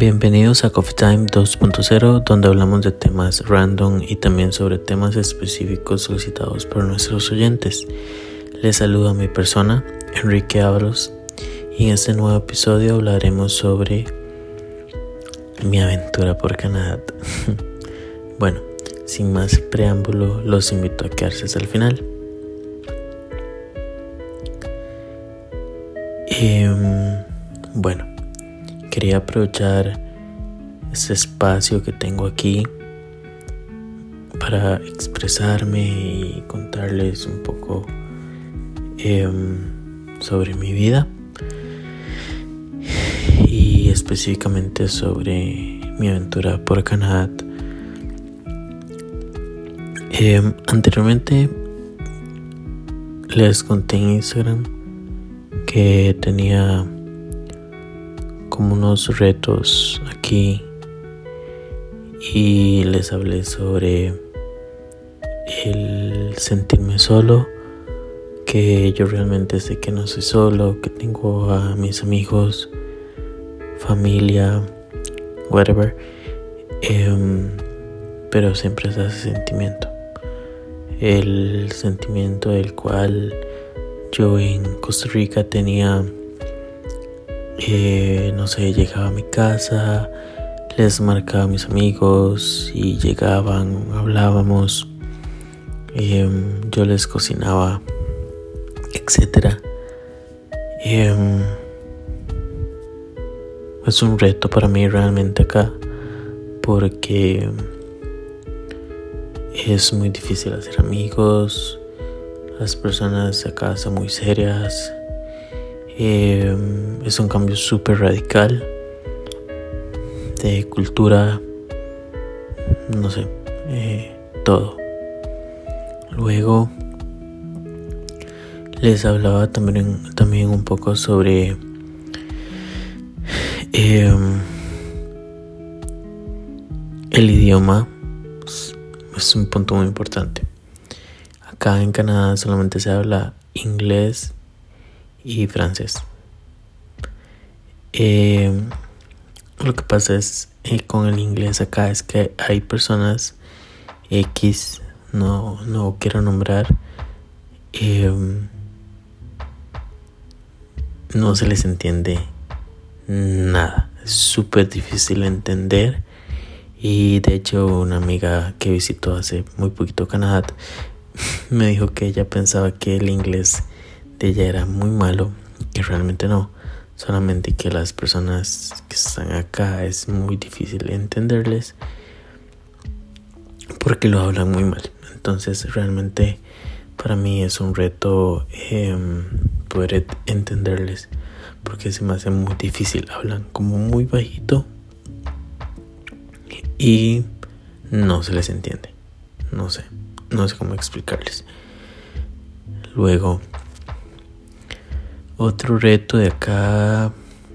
Bienvenidos a Coffee Time 2.0, donde hablamos de temas random y también sobre temas específicos solicitados por nuestros oyentes. Les saludo a mi persona, Enrique Ábalos, y en este nuevo episodio hablaremos sobre mi aventura por Canadá. Bueno, sin más preámbulo, los invito a quedarse hasta el final. Bueno, quería aprovechar este espacio que tengo aquí para expresarme y contarles un poco sobre mi vida y específicamente sobre mi aventura por Canadá. Anteriormente les conté en Instagram que tenía como unos retos aquí y les hablé sobre el sentirme solo, que yo realmente sé que no soy solo, que tengo a mis amigos, familia, whatever, pero siempre es ese sentimiento, el sentimiento del cual yo en Costa Rica tenía. Llegaba a mi casa, les marcaba a mis amigos y llegaban, hablábamos, yo les cocinaba, etcétera. Es un reto para mí realmente acá, porque es muy difícil hacer amigos, las personas acá son muy serias. Es un cambio súper radical de cultura, no sé, todo. Luego les hablaba también un poco sobre el idioma. Es un punto muy importante. Acá en Canadá solamente se habla inglés y francés. Lo que pasa es con el inglés acá es que hay personas X, no quiero nombrar, no se les entiende nada, es súper difícil de entender. Y de hecho una amiga que visitó hace muy poquito Canadá me dijo que ella pensaba que el inglés de ella era muy malo, que realmente no, solamente que las personas que están acá es muy difícil entenderles porque lo hablan muy mal. Entonces realmente para mí es un reto poder entenderles, porque se me hace muy difícil, hablan como muy bajito y no se les entiende, no sé cómo explicarles. Luego otro reto de acá,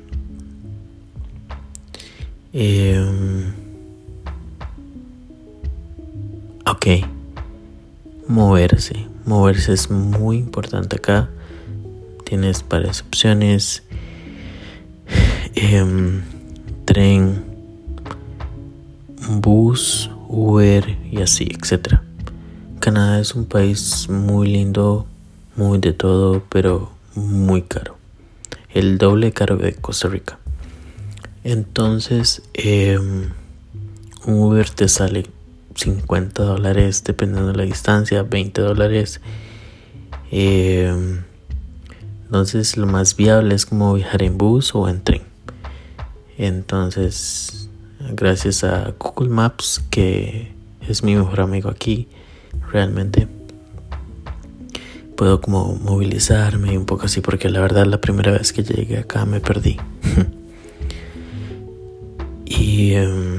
moverse es muy importante acá. Tienes varias opciones, tren, bus, Uber y así, etcétera. Canadá es un país muy lindo, muy de todo, pero muy caro, el doble caro de Costa Rica. Entonces un Uber te sale $50 dependiendo de la distancia, $20. Entonces lo más viable es como viajar en bus o en tren. Entonces, gracias a Google Maps, que es mi mejor amigo aquí, realmente puedo como movilizarme un poco así, porque la verdad la primera vez que llegué acá me perdí. Y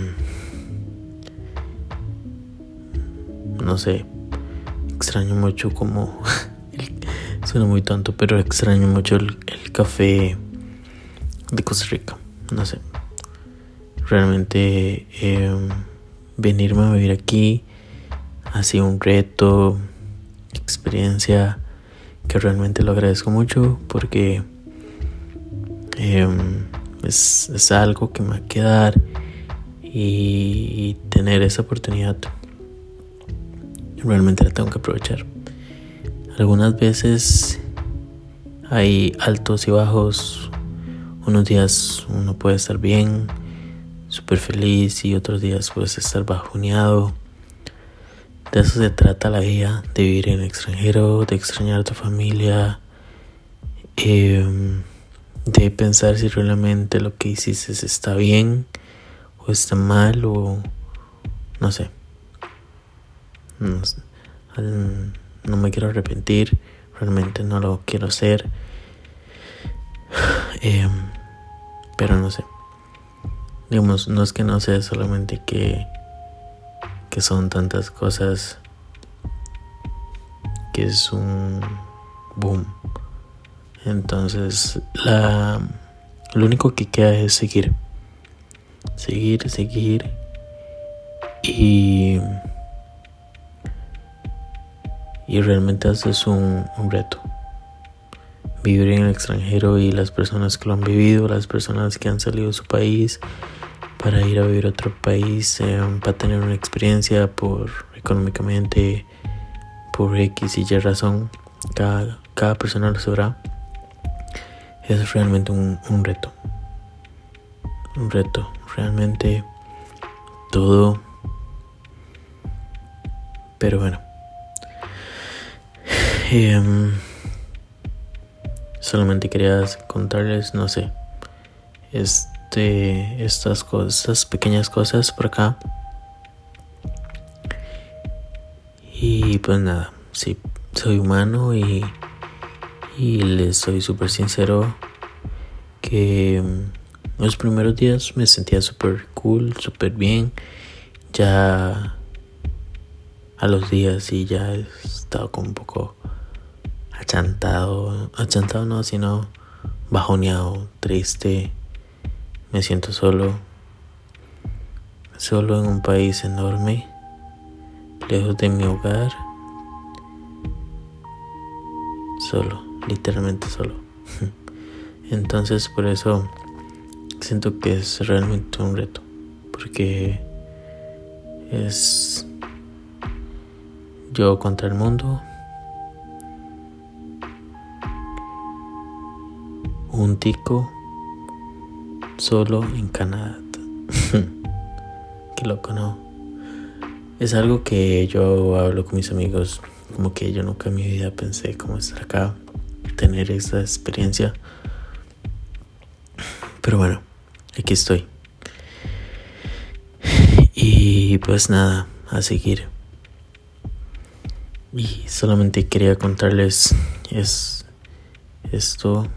no sé, extraño mucho como suena muy tonto, pero extraño mucho el café de Costa Rica. No sé, realmente venirme a vivir aquí ha sido un reto, experiencia que realmente lo agradezco mucho, porque es algo que me va a quedar, y tener esa oportunidad realmente la tengo que aprovechar. Algunas veces hay altos y bajos. Unos días uno puede estar bien, súper feliz, y otros días puedes estar bajoneado. De eso se trata la vida, de vivir en el extranjero, de extrañar a tu familia, de pensar si realmente lo que hiciste está bien o está mal, o no sé. No me quiero arrepentir, realmente no lo quiero hacer, pero no sé. Digamos, no es que no sé, solamente que son tantas cosas que es un boom. Entonces lo único que queda es seguir y realmente eso es un reto. Vivir en el extranjero, y las personas que lo han vivido, las personas que han salido de su país para ir a vivir a otro país, para tener una experiencia económicamente, por X y Y razón, cada persona lo sabrá. Es realmente un reto. Un reto, realmente todo. Pero bueno. Solamente quería contarles, no sé, estas pequeñas cosas por acá. Y pues nada, sí, soy humano, y les soy súper sincero que los primeros días me sentía súper cool, súper bien. Ya a los días sí ya he estado como un poco achantado no, sino bajoneado, triste. Me siento solo en un país enorme, lejos de mi hogar, solo, literalmente solo. Entonces por eso siento que es realmente un reto, porque es yo contra el mundo, un tico solo en Canadá. Qué loco, ¿no? Es algo que yo hablo con mis amigos, como que yo nunca en mi vida pensé cómo estar acá, tener esa experiencia. Pero bueno, aquí estoy. Y pues nada, a seguir. Y solamente quería contarles esto.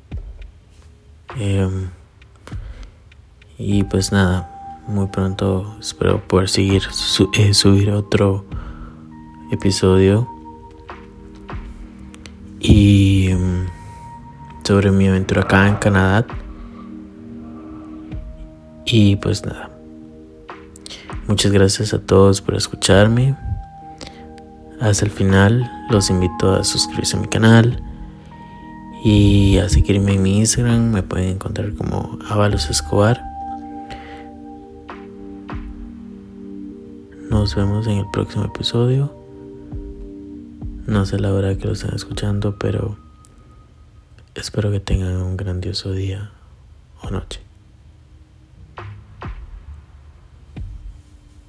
Y pues nada, muy pronto espero poder subir otro episodio y sobre mi aventura acá en Canadá. Y pues nada, muchas gracias a todos por escucharme hasta el final. Los invito a suscribirse a mi canal y a seguirme en mi Instagram. Me pueden encontrar como Ábalos Escobar. Nos vemos en el próximo episodio. No sé la hora que lo están escuchando, pero espero que tengan un grandioso día o noche.